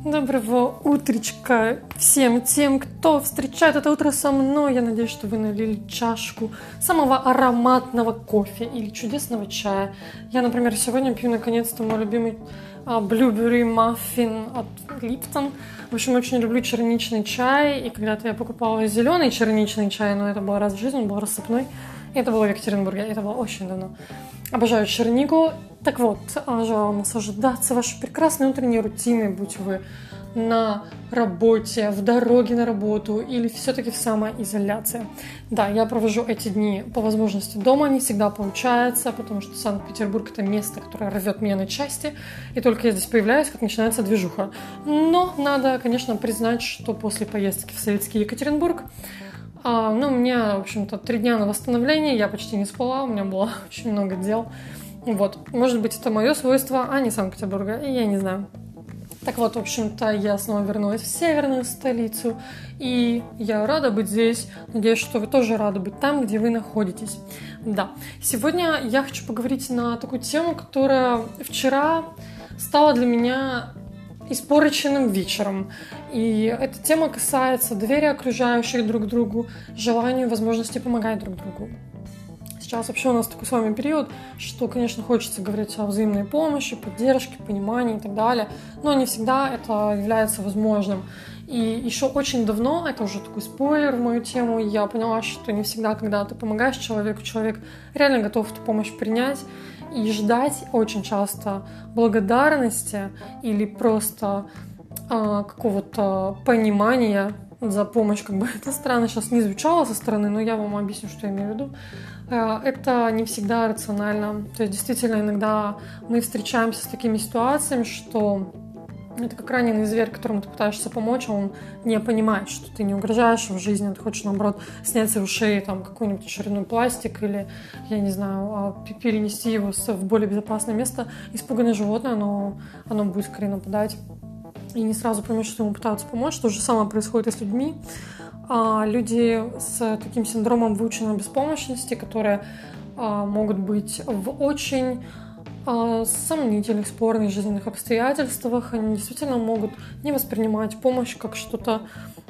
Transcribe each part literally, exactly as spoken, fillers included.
Доброго утречка всем тем, кто встречает это утро со мной. Я надеюсь, что вы налили чашку самого ароматного кофе или чудесного чая. Я, например, сегодня пью наконец-то мой любимый а, Blueberry Muffin от Lipton. В общем, очень люблю черничный чай. И когда-то я покупала зеленый черничный чай, но это было раз в жизни, он был рассыпной. И это было в Екатеринбурге, это было очень давно. Обожаю чернику. Так вот, желаю наслаждаться вашей прекрасной утренней рутиной, будь вы на работе, в дороге на работу или все-таки в самоизоляции. Да, я провожу эти дни по возможности дома, не всегда получается, потому что Санкт-Петербург — это место, которое рвет меня на части, и только я здесь появляюсь, как начинается движуха. Но надо, конечно, признать, что после поездки в советский Екатеринбург А, ну, у меня, в общем-то, три дня на восстановление, я почти не спала, у меня было очень много дел. Вот, может быть, это мое свойство, а не Санкт-Петербурга, и я не знаю. Так вот, в общем-то, я снова вернулась в северную столицу, и я рада быть здесь. Надеюсь, что вы тоже рады быть там, где вы находитесь. Да, сегодня я хочу поговорить на такую тему, которая вчера стала для меня испорченным вечером. И эта тема касается доверия окружающих друг другу, желанию и возможности помогать друг другу. Сейчас вообще у нас такой с вами период, что, конечно, хочется говорить о взаимной помощи, поддержке, понимании и так далее, но не всегда это является возможным. И еще очень давно, это уже такой спойлер в мою тему, я поняла, что не всегда, когда ты помогаешь человеку, человек реально готов эту помощь принять. И ждать очень часто благодарности или просто э, какого-то понимания за помощь, как бы это странно сейчас не звучало со стороны, но я вам объясню, что я имею в виду. Э, это не всегда рационально. То есть действительно иногда мы встречаемся с такими ситуациями, что это как раненый зверь, которому ты пытаешься помочь, а он не понимает, что ты не угрожаешь в жизни, ты хочешь, наоборот, снять с его шеи там какой-нибудь очередной пластик или, я не знаю, перенести его в более безопасное место. Испуганное животное, но оно будет скорее нападать и не сразу поймет, что ему пытаются помочь. То же самое происходит и с людьми. Люди с таким синдромом выученной беспомощности, которые могут быть в очень сомнительных, спорных жизненных обстоятельствах, они действительно могут не воспринимать помощь как что-то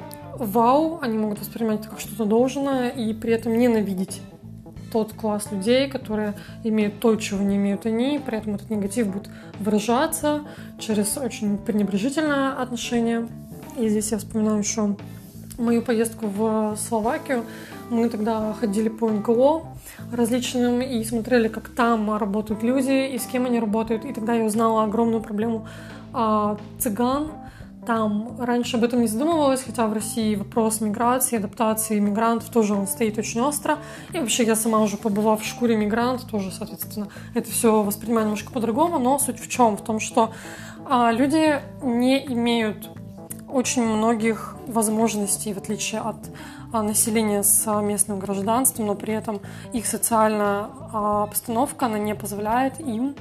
вау, они могут воспринимать это как что-то должное и при этом ненавидеть тот класс людей, которые имеют то, чего не имеют они, при этом этот негатив будет выражаться через очень пренебрежительное отношение. И здесь я вспоминаю еще мою поездку в Словакию. Мы тогда ходили по эн ка о различным и смотрели, как там работают люди и с кем они работают. И тогда я узнала огромную проблему а, цыган. Там раньше об этом не задумывалась, хотя в России вопрос миграции, адаптации мигрантов тоже он стоит очень остро. И вообще я сама уже побыла в шкуре мигранта, тоже, соответственно, это все воспринимаю немножко по-другому. Но суть в чем? В том, что а, люди не имеют очень многих возможностей, в отличие от а, населения с местным гражданством, но при этом их социальная а, обстановка, она не позволяет им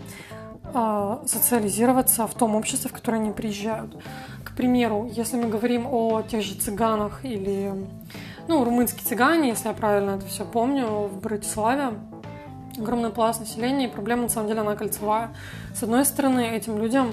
а, социализироваться в том обществе, в которое они приезжают. К примеру, если мы говорим о тех же цыганах или, ну, румынские цыгане, если я правильно это все помню, в Братиславе, огромный пласт населения, и проблема, на самом деле, она кольцевая. С одной стороны, этим людям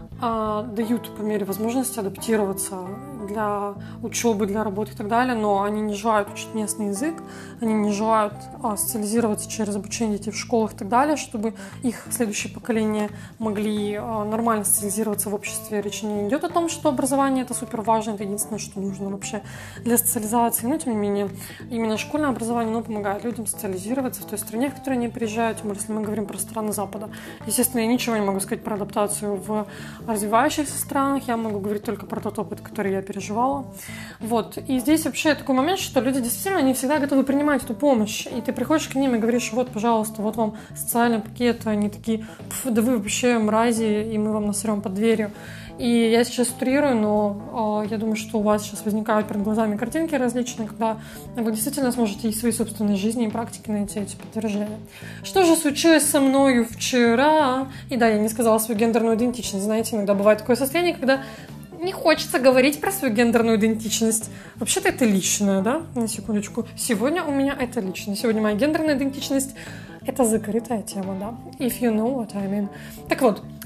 дают по мере возможности адаптироваться для учебы, для работы и так далее, но они не желают учить местный язык, они не желают а, социализироваться через обучение детей в школах и так далее, чтобы их следующее поколение могли а, нормально социализироваться в обществе. Речь не идет о том, что образование — это супер важно, это единственное, что нужно вообще для социализации, но тем не менее именно школьное образование, оно помогает людям социализироваться в той стране, в которой они приезжают, тем более, если мы говорим про страны Запада. Естественно, я ничего не могу сказать про адаптацию в развивающихся странах, я могу говорить только про тот опыт, который я переживала. Вот. И здесь вообще такой момент, что люди действительно не всегда готовы принимать эту помощь. И ты приходишь к ним и говоришь: вот, пожалуйста, вот вам социальный пакет. Они такие: да вы вообще мрази, и мы вам насрем под дверью. И я сейчас утрирую, но э, я думаю, что у вас сейчас возникают перед глазами картинки различные, когда вы действительно сможете из своей собственной жизни и практики найти эти подтверждения. Что же случилось со мною вчера? И да, я не сказала свою гендерную идентичность. Знаете, иногда бывает такое состояние, когда не хочется говорить про свою гендерную идентичность. Вообще-то это личное, да? На секундочку. Сегодня у меня это личное. Сегодня моя гендерная идентичность — это закрытая тема, да? If you know what I mean. Так вот,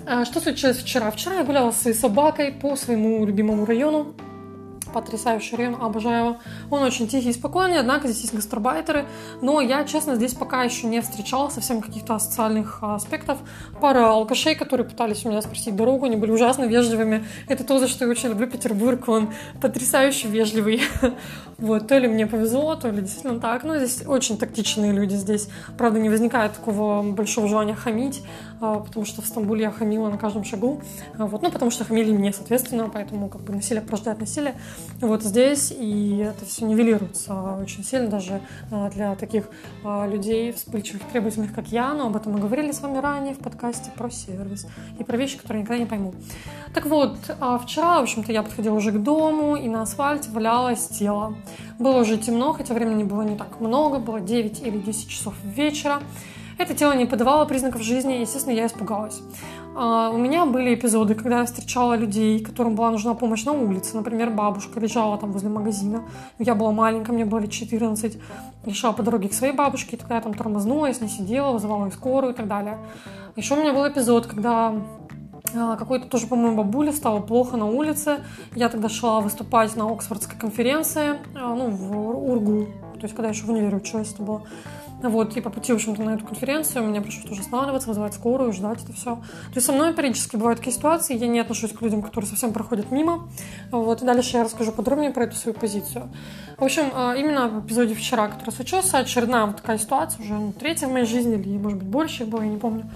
Что случилось вчера? Вчера я гуляла с своей собакой по своему любимому району. Потрясающий район, обожаю его. Он очень тихий и спокойный, однако здесь есть гастарбайтеры. Но я, честно, здесь пока еще не встречала совсем каких-то социальных аспектов. Пара алкашей, которые пытались у меня спросить дорогу, они были ужасно вежливыми. Это то, за что я очень люблю Петербург, он потрясающе вежливый. Вот, то ли мне повезло, то ли действительно так. Но здесь очень тактичные люди здесь. Правда, не возникает такого большого желания хамить, потому что в Стамбуле я хамила на каждом шагу. Вот, ну, потому что хамили мне, соответственно, поэтому как бы насилие порождает насилие. Вот здесь, и это все нивелируется очень сильно даже для таких людей вспыльчивых, требовательных, как я, но об этом мы говорили с вами ранее в подкасте про сервис и про вещи, которые я никогда не пойму. Так вот, вчера, в общем-то, я подходила уже к дому, и на асфальте валялось тело. Было уже темно, хотя времени было не так много, было девять или десять часов вечера. Это тело не подавало признаков жизни, и, естественно, я испугалась. Uh, у меня были эпизоды, когда я встречала людей, которым была нужна помощь на улице. Например, бабушка лежала там возле магазина. Я была маленькая, мне было лет четырнадцать. Лежала по дороге к своей бабушке, и тогда я там тормознула, я с ней сидела, вызывала скорую и так далее. Еще у меня был эпизод, когда uh, какой-то тоже, по-моему, бабуле стало плохо на улице. Я тогда шла выступать на Оксфордской конференции, uh, ну, в УрГУ. То есть, когда я еще в универе училась, это было. Вот, и по пути, в общем-то, на эту конференцию мне пришлось тоже останавливаться, вызывать скорую, ждать это все. То есть со мной периодически бывают такие ситуации, я не отношусь к людям, которые совсем проходят мимо. Вот, и дальше я расскажу подробнее про эту свою позицию. В общем, именно в эпизоде вчера, который случился, очередная вот такая ситуация, уже ну, третья в моей жизни, или, может быть, больше было, я не помню.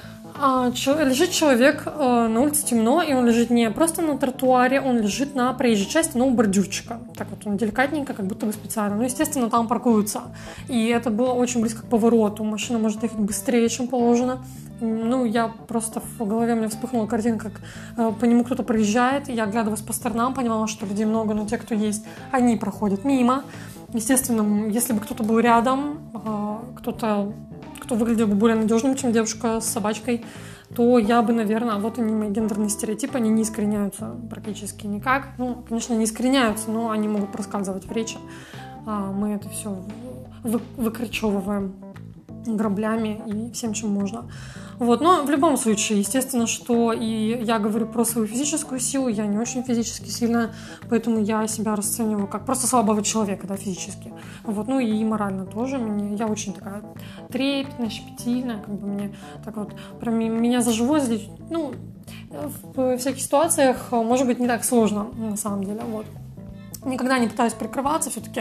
Лежит человек, на улице темно, и он лежит не просто на тротуаре, он лежит на проезжей части, но у бордюрчика. Так вот, он деликатненько, как будто бы специально. Ну, естественно, там паркуются. И это было очень близко к повороту. Машина может ехать быстрее, чем положено. Ну, я просто в голове у меня вспыхнула картина, как э, по нему кто-то проезжает. И я, оглядываясь по сторонам, понимала, что людей много, но те, кто есть, они проходят мимо. Естественно, если бы кто-то был рядом, э, кто-то... кто выглядел бы более надежным, чем девушка с собачкой, то я бы, наверное, вот они, мои гендерные стереотипы, они не искореняются практически никак. Ну, конечно, не искореняются, но они могут проскальзывать в речи. А мы это все вы, выкорчевываем граблями и всем, чем можно. Вот. Но в любом случае, естественно, что и я говорю про свою физическую силу, я не очень физически сильная, поэтому я себя расцениваю как просто слабого человека, да, физически. Вот. Ну и морально тоже. Мне, я очень такая трепетная, щепетильная, как бы мне так вот, прям меня за живое злить, ну, в всяких ситуациях может быть не так сложно, на самом деле, вот. Никогда не пытаюсь прикрываться, все-таки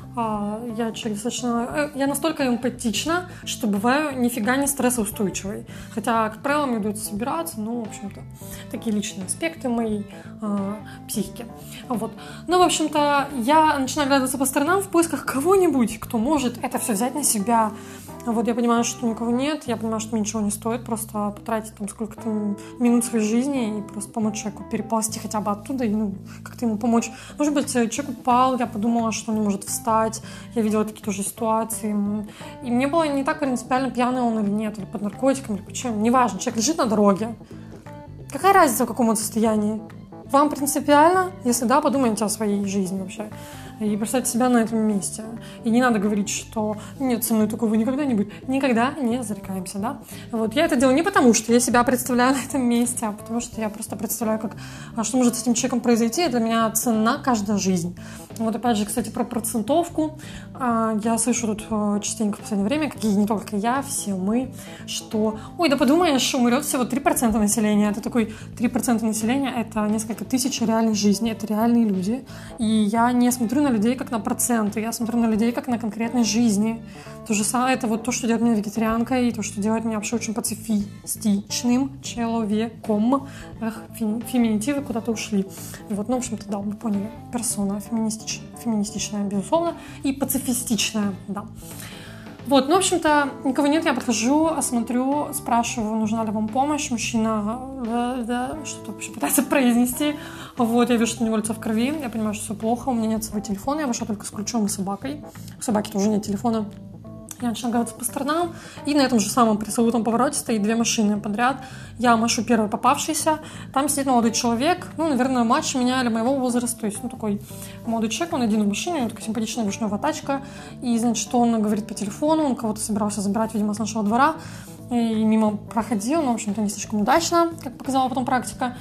я человек достаточно... Я настолько эмпатична, что бываю нифига не стрессоустойчивой. Хотя, как правило, мне удается собираться, ну, в общем-то, такие личные аспекты моей э, психики. Вот. Ну, в общем-то, я начинаю оглядываться по сторонам в поисках кого-нибудь, кто может это все взять на себя. Вот я понимаю, что никого нет, я понимаю, что мне ничего не стоит просто потратить там сколько-то минут своей жизни и просто помочь человеку переползти хотя бы оттуда и ну, как-то ему помочь. Может быть, человек упал, я подумала, что он не может встать, я видела такие тоже ситуации. И мне было не так принципиально, пьяный он или нет, или под наркотиками, или почему, неважно, человек лежит на дороге. Какая разница, в каком он состоянии? Вам принципиально? Если да, подумайте о своей жизни вообще. И представьте себя на этом месте. И не надо говорить, что нет, со мной такого никогда не будет. Никогда не зарекаемся, да? Вот. Я это делаю не потому, что я себя представляю на этом месте, а потому что я просто представляю, как, что может с этим человеком произойти. И для меня ценна каждая жизнь. Вот опять же, кстати, про процентовку. Я слышу тут частенько в последнее время, какие не только я, все мы, что ой, да подумаешь, умрет всего три процента населения. Это такой три процента населения, это несколько тысяч реальных жизней, это реальные люди. И я не смотрю на людей как на проценты, я смотрю на людей как на конкретной жизни. То же самое, это вот то, что делает меня вегетарианкой, и то, что делает меня вообще очень пацифистичным человеком. Эх, феминитивы куда-то ушли. И вот, ну, в общем-то, да, вы поняли. Персона феминистич, феминистичная, безусловно, и пацифистичная, да. Вот, ну, в общем-то, никого нет, я подхожу, осмотрю, спрашиваю, нужна ли вам помощь. Мужчина да, да, что-то вообще пытается произнести. Вот, я вижу, что у него лицо в крови, я понимаю, что все плохо, у меня нет своего телефона, я вышла только с ключом и собакой. У собаки тоже нет телефона. Я начинаю оглядываться по сторонам, и на этом же самом пресловутом повороте стоит две машины подряд. Я машу первой попавшейся, там сидит молодой человек, ну, наверное, младше меня или моего возраста, то есть, ну, такой молодой человек, он один в машине, у него такая симпатичная вишневая тачка, и, значит, он говорит по телефону, он кого-то собирался забирать, видимо, с нашего двора, и мимо проходил, но, в общем-то, не слишком удачно, как показала потом практика.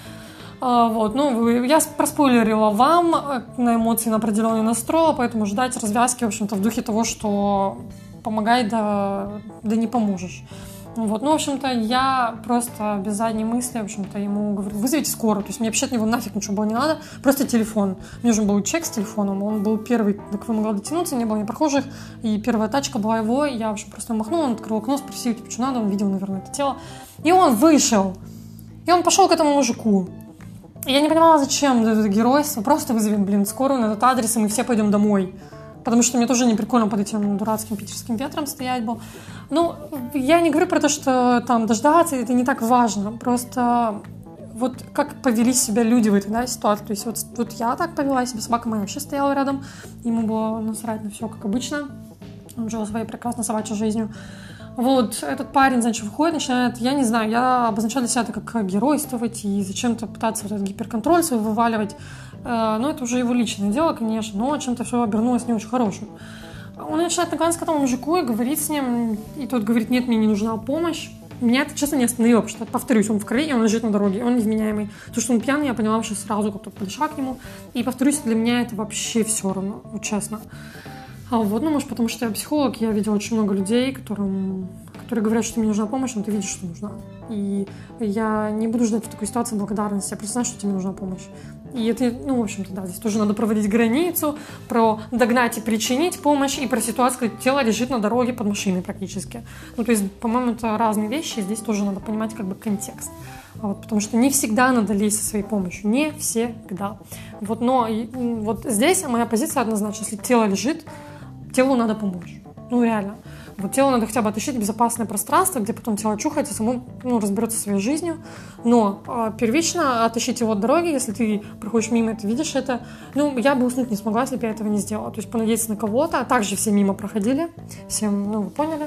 Вот, ну, я проспойлерила вам на эмоции, на определенный настрой, поэтому ждать развязки, в общем-то, в духе того, что помогай, да, да не поможешь. Вот, ну, в общем-то, я просто без задней мысли, в общем-то, ему говорю, вызовите скорую, то есть мне вообще от него нафиг ничего было не надо, просто телефон. Мне нужен был чек с телефоном, он был первый, до кого могла дотянуться, не было ни прохожих, и первая тачка была его, и я, в общем, просто махнула, он открыл окно, спросил, типа, что надо, он видел, наверное, это тело, и он вышел, и он пошел к этому мужику. Я не понимала, зачем это геройство, просто вызовем, блин, скорую на этот адрес, и мы все пойдем домой. Потому что мне тоже не прикольно под этим дурацким питерским ветром стоять был. Ну, я не говорю про то, что там дождаться, это не так важно. Просто вот как повели себя люди в этой, да, ситуации. То есть вот, вот я так повела себя, собака моя вообще стояла рядом. Ему было насрать на все, как обычно. Он жил своей прекрасной собачьей жизнью. Вот, этот парень, значит, выходит, начинает, я не знаю, я обозначаю для себя это как геройствовать и зачем-то пытаться вот этот гиперконтроль свой вываливать. Но это уже его личное дело, конечно, но чем-то все обернулось не очень хорошим. Он начинает наклоняться к этому мужику и говорит с ним, и тот говорит, нет, мне не нужна помощь. Меня это, честно, не остановило, потому что, повторюсь, он в крови, и он лежит на дороге, он невменяемый. То, что он пьяный, я поняла вообще сразу, как только подошла к нему. И, повторюсь, для меня это вообще все равно, честно. А вот, ну, может, потому что я психолог, я видела очень много людей, которым, которые говорят, что мне нужна помощь, но ты видишь, что нужна. И я не буду ждать в такой ситуации благодарности, я просто знаю, что тебе нужна помощь. И это, ну, в общем-то, да, здесь тоже надо проводить границу, про догнать и причинить помощь, и про ситуацию, когда тело лежит на дороге под машиной практически. Ну, то есть, по-моему, это разные вещи, и здесь тоже надо понимать как бы контекст. Вот, потому что не всегда надо лезть со своей помощью, не всегда. Вот, но и, вот здесь моя позиция однозначна, если тело лежит, телу надо помочь. Ну, реально. Вот тело надо хотя бы оттащить в безопасное пространство, где потом тело чухается, само, ну, разберется со своей жизнью. Но э, первично оттащить его от дороги, если ты проходишь мимо, ты видишь это. Ну, я бы уснуть не смогла, если бы я этого не сделала. То есть понадеяться на кого-то. А также все мимо проходили. Всем, ну, вы поняли.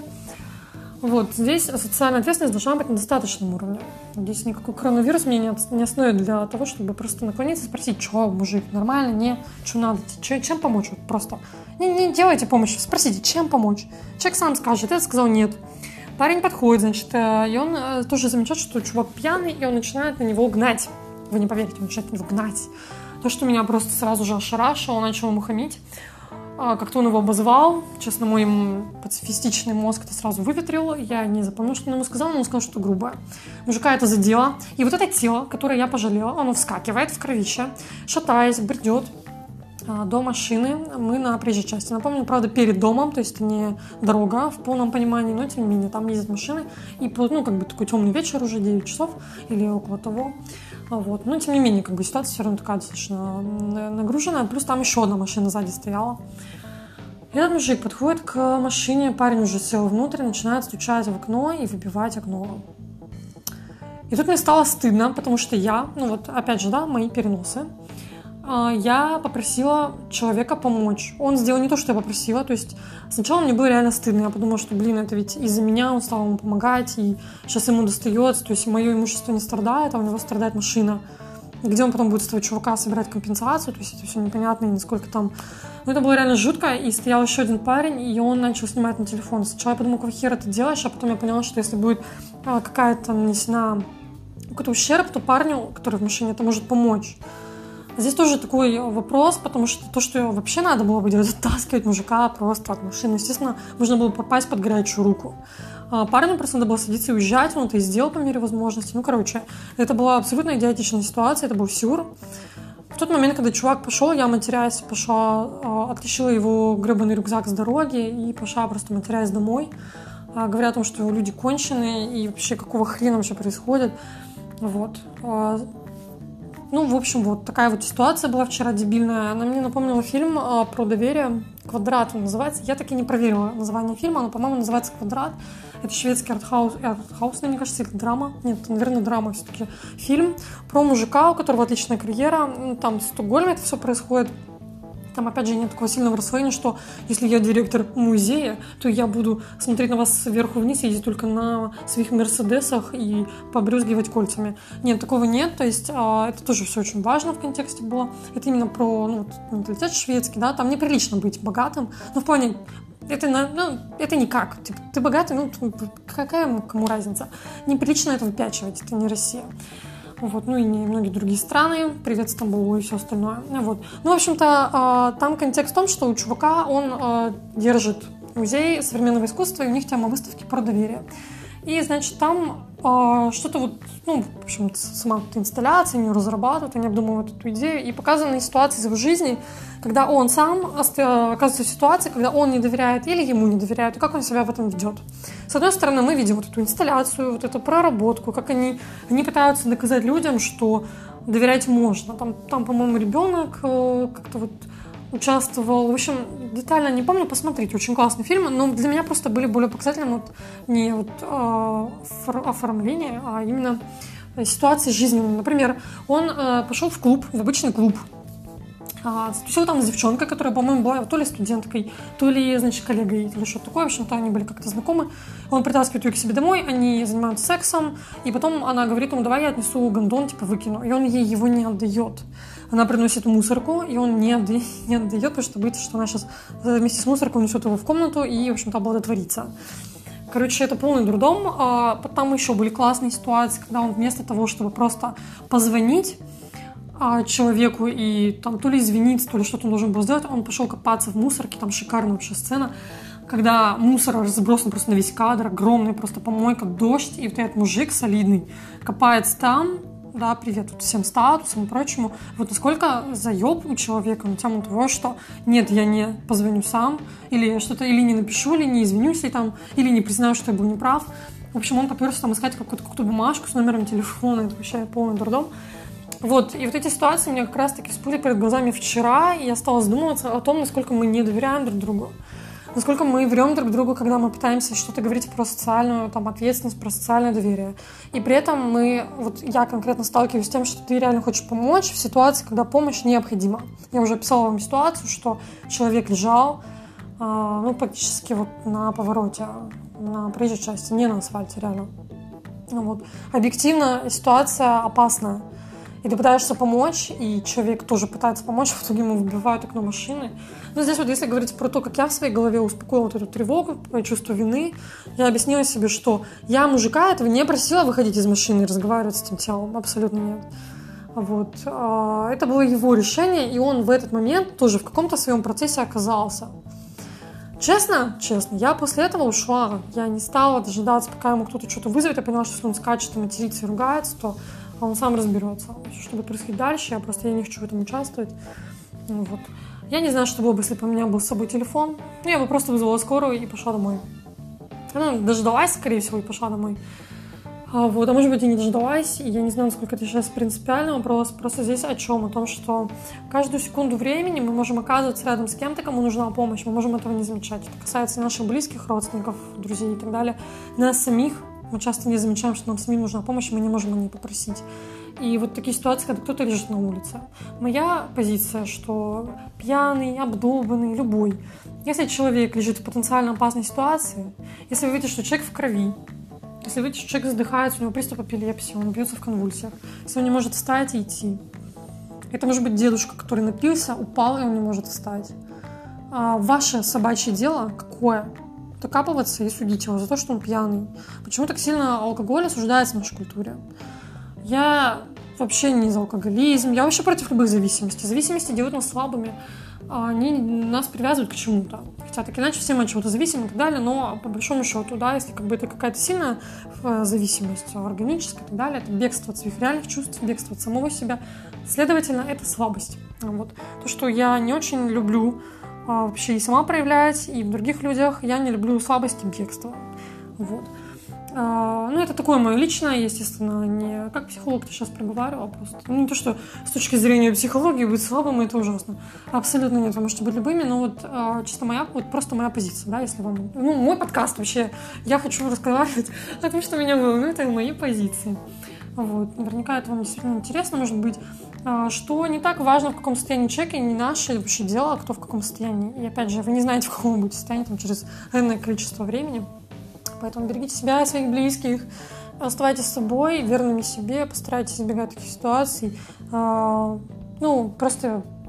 Вот, здесь социальная ответственность должна быть на достаточном уровне. Здесь никакой коронавирус меня не, не остановит для того, чтобы просто наклониться и спросить, что, мужик, нормально, не, что надо, че, чем помочь, вот просто. Не, не делайте помощи, спросите, чем помочь. Человек сам скажет, я сказал нет. Парень подходит, значит, и он тоже замечает, что чувак пьяный, и он начинает на него гнать. Вы не поверите, он начинает на него гнать. То, что меня просто сразу же ошарашило, он начал ему хамить. Как-то он его обозвал. Честно, мой пацифистичный мозг это сразу выветрил. Я не запомнила, что он ему сказал, но он сказал, что грубое. Мужика это задело. И вот это тело, которое я пожалела, оно вскакивает в кровище, шатаясь, бредет до машины. Мы на проезжей части. Напомню, правда, перед домом, то есть это не дорога в полном понимании, но тем не менее, там ездят машины. И, ну, как бы такой темный вечер уже, девять часов или около того. Вот. Но, тем не менее, как бы ситуация все равно такая достаточно нагруженная. Плюс там еще одна машина сзади стояла. И этот мужик подходит к машине, парень уже сел внутрь, начинает стучать в окно и выбивать окно. И тут мне стало стыдно, потому что я, ну вот опять же, да, мои переносы, я попросила человека помочь. Он сделал не то, что я попросила. То есть сначала мне было реально стыдно. Я подумала, что, блин, это ведь из-за меня он стал ему помогать, и сейчас ему достается. То есть мое имущество не страдает, а у него страдает машина. Где он потом будет с этого чувака собирать компенсацию. То есть это все непонятно, и насколько там... Ну, это было реально жутко. И стоял еще один парень, и он начал снимать на телефон. Сначала я подумала, какого хера ты делаешь, а потом я поняла, что если будет какая-то нанесена какой-то ущерб, то парню, который в машине, это может помочь. Здесь тоже такой вопрос, потому что то, что вообще надо было бы делать, оттаскивать мужика просто от машины. Естественно, нужно было попасть под горячую руку. Парню просто надо было садиться и уезжать, он это и сделал по мере возможности. Ну, короче, это была абсолютно идиотичная ситуация, это был сюр. В тот момент, когда чувак пошел, я, матерясь, пошла, оттащила его гребаный рюкзак с дороги и пошла просто матерясь домой, говоря о том, что люди конченые и вообще какого хрена вообще происходит. Вот. Ну, в общем, вот такая вот ситуация была вчера дебильная. Она мне напомнила фильм а, про доверие. «Квадрат» он называется. Я так и не проверила название фильма. Оно, по-моему, называется «Квадрат». Это шведский артхаус, артхаус, мне кажется, или драма. Нет, это, наверное, драма все-таки. Фильм про мужика, у которого отличная карьера. Там в Стокгольме это все происходит. Там, опять же, нет такого сильного расслоения, что если я директор музея, то я буду смотреть на вас сверху вниз, ездить только на своих мерседесах и побрызгивать кольцами. Нет, такого нет. То есть а, это тоже все очень важно в контексте было. Это именно про ну, вот, менталитет шведский, да, там неприлично быть богатым. Но в плане Это, ну, это никак. Типа, ты богатый, ну, какая кому разница? Неприлично это выпячивать, это не Россия. Вот, ну и не многие другие страны, привет Стамбулу и все остальное. Вот. Ну, в общем-то, там контекст в том, что у чувака он держит музей современного искусства, и у них тема выставки про доверие. И, значит, там э, что-то вот, ну, в общем, сама эта инсталляция, они ее разрабатывают, они обдумывают эту идею, и показаны ситуации из его жизни, когда он сам оказывается в ситуации, когда он не доверяет или ему не доверяют, и как он себя в этом ведет. С одной стороны, мы видим вот эту инсталляцию, вот эту проработку, как они, они пытаются доказать людям, что доверять можно. Там, там по-моему, ребенок э, как-то вот участвовал. В общем, детально не помню, посмотрите, очень классный фильм, но для меня просто были более показательны вот не вот, э, оформление, а именно ситуации жизненные. Например, он э, пошел в клуб, в обычный клуб, а, тусил там с девчонкой, которая, по-моему, была то ли студенткой, то ли, значит, коллегой, или что-то такое. В общем-то, они были как-то знакомы. Он притаскивает ее к себе домой, они занимаются сексом, и потом она говорит ему: давай я отнесу гондон, типа, выкину. И он ей его не отдает. Она приносит мусорку, и он не отдает, не отдает, потому что боится, что она сейчас вместе с мусоркой унесет его в комнату и, в общем-то, облаготворится. Короче, это полный дурдом. А там еще были классные ситуации, когда он вместо того, чтобы просто позвонить человеку и там то ли извиниться, то ли что-то он должен был сделать, он пошел копаться в мусорке, там шикарная вообще сцена, когда мусор разбросан просто на весь кадр, огромный просто помойка, дождь, и вот этот мужик солидный копается там, да, привет вот всем статусам и прочему. Вот насколько заеб у человека на тему того, что нет, я не позвоню сам, или что-то, или не напишу, или не извинюсь, или, там, или не признаю, что я был неправ. В общем, он поперся там искать какую-то, какую-то бумажку с номером телефона, это вообще полный дурдом. Вот, и вот эти ситуации мне как раз-таки всплыли перед глазами вчера, и я стала задумываться о том, насколько мы не доверяем друг другу, насколько мы врем друг другу, когда мы пытаемся что-то говорить про социальную там, ответственность, про социальное доверие. И при этом мы, вот я конкретно сталкиваюсь с тем, что ты реально хочешь помочь в ситуации, когда помощь необходима. Я уже описала вам ситуацию, что человек лежал, э, ну, практически вот на повороте, на проезжей части, не на асфальте, реально. Ну, вот. Объективно ситуация опасная. И ты пытаешься помочь, и человек тоже пытается помочь, в итоге ему выбивают окно машины. Но здесь вот, если говорить про то, как я в своей голове успокоила вот эту тревогу, чувство вины, я объяснила себе, что я мужика этого не просила выходить из машины и разговаривать с этим телом. Абсолютно нет. Вот. Это было его решение, и он в этот момент тоже в каком-то своем процессе оказался. Честно, честно, я после этого ушла. Я не стала дожидаться, пока ему кто-то что-то вызовет. Я поняла, что если он скачет и матерится и ругается, то он сам разберется. Что будет происходить дальше, я просто я не хочу в этом участвовать. Вот. Я не знаю, что было бы, если бы у меня был с собой телефон. Ну, я бы просто вызвала скорую и пошла домой. Ну, дождалась, скорее всего, и пошла домой. А, вот, а может быть, и не дождалась. И я не знаю, насколько это сейчас принципиальный вопрос. Просто здесь о чем? О том, что каждую секунду времени мы можем оказываться рядом с кем-то, кому нужна помощь. Мы можем этого не замечать. Это касается наших близких, родственников, друзей и так далее. Нас самих. Мы часто не замечаем, что нам самим нужна помощь, и мы не можем о ней попросить. И вот такие ситуации, когда кто-то лежит на улице. Моя позиция, что пьяный, обдолбанный, любой. Если человек лежит в потенциально опасной ситуации, если вы видите, что человек в крови, если вы видите, что человек задыхается, у него приступ эпилепсии, он бьется в конвульсиях, если он не может встать и идти. Это может быть дедушка, который напился, упал, и он не может встать. А ваше собачье дело какое? Докапываться и судить его за то, что он пьяный. Почему так сильно алкоголь осуждается в нашей культуре? Я вообще не за алкоголизм, я вообще против любых зависимостей. Зависимости делают нас слабыми, они нас привязывают к чему-то. Хотя так иначе все мы от чего-то зависимы и так далее, но по большому счету, да, если как бы это какая-то сильная зависимость, органическая и так далее, это бегство от своих реальных чувств, бегство от самого себя, следовательно, это слабость. Вот. То, что я не очень люблю вообще и сама проявлять, и в других людях, я не люблю слабость и бегство. Вот. А, ну, это такое мое личное, естественно, не как психолог-то сейчас проговаривала просто. Ну, не то, что с точки зрения психологии быть слабым, это ужасно. Абсолютно нет, вы можете быть любыми, но вот а, чисто моя, вот просто моя позиция, да, если вам... Ну, мой подкаст вообще, я хочу разговаривать о том, что меня волнует, это мои позиции. Вот. Наверняка это вам действительно интересно, может быть, что не так важно, в каком состоянии человек, и не наше вообще дело, кто в каком состоянии. И опять же, вы не знаете, в каком вы будете состоянии там, через энное количество времени. Поэтому берегите себя и своих близких, оставайтесь с собой, верными себе, постарайтесь избегать таких ситуаций. Ну, просто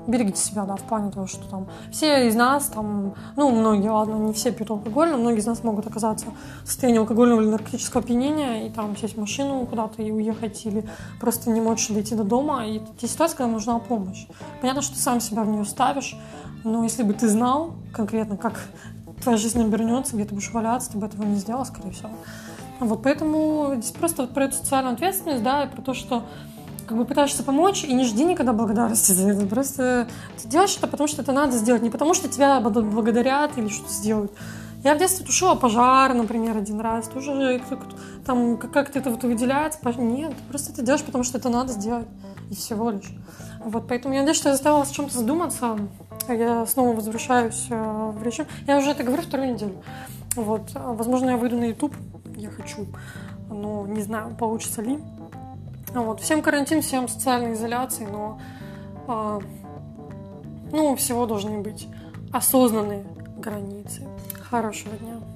берегите себя, да, в плане того, что там все из нас, там, ну, многие, ладно, не все пьют алкоголь, но многие из нас могут оказаться в состоянии алкогольного или наркотического опьянения и там сесть в машину куда-то и уехать, или просто не можешь дойти до дома. И те ситуации, когда нужна помощь. Понятно, что ты сам себя в нее ставишь, но если бы ты знал конкретно, как твоя жизнь обернется, где ты будешь валяться, ты бы этого не сделал, скорее всего. Вот, поэтому здесь просто вот про эту социальную ответственность, да, и про то, что как бы пытаешься помочь, и не жди никогда благодарности за это. Просто ты делаешь это, потому что это надо сделать, не потому что тебя благодарят или что-то сделают. Я в детстве тушила пожар, например, один раз. Тоже там как-то это вот выделяется. Нет, ты просто это делаешь, потому что это надо сделать. И всего лишь. Вот, поэтому я надеюсь, что я заставила о чем-то задуматься. Я снова возвращаюсь в режим. Я уже это говорю вторую неделю. Вот, возможно, я выйду на YouTube. Я хочу. Но не знаю, получится ли. Вот. Всем карантин, всем социальной изоляции, но э, ну, у всего должны быть осознанные границы. Хорошего дня.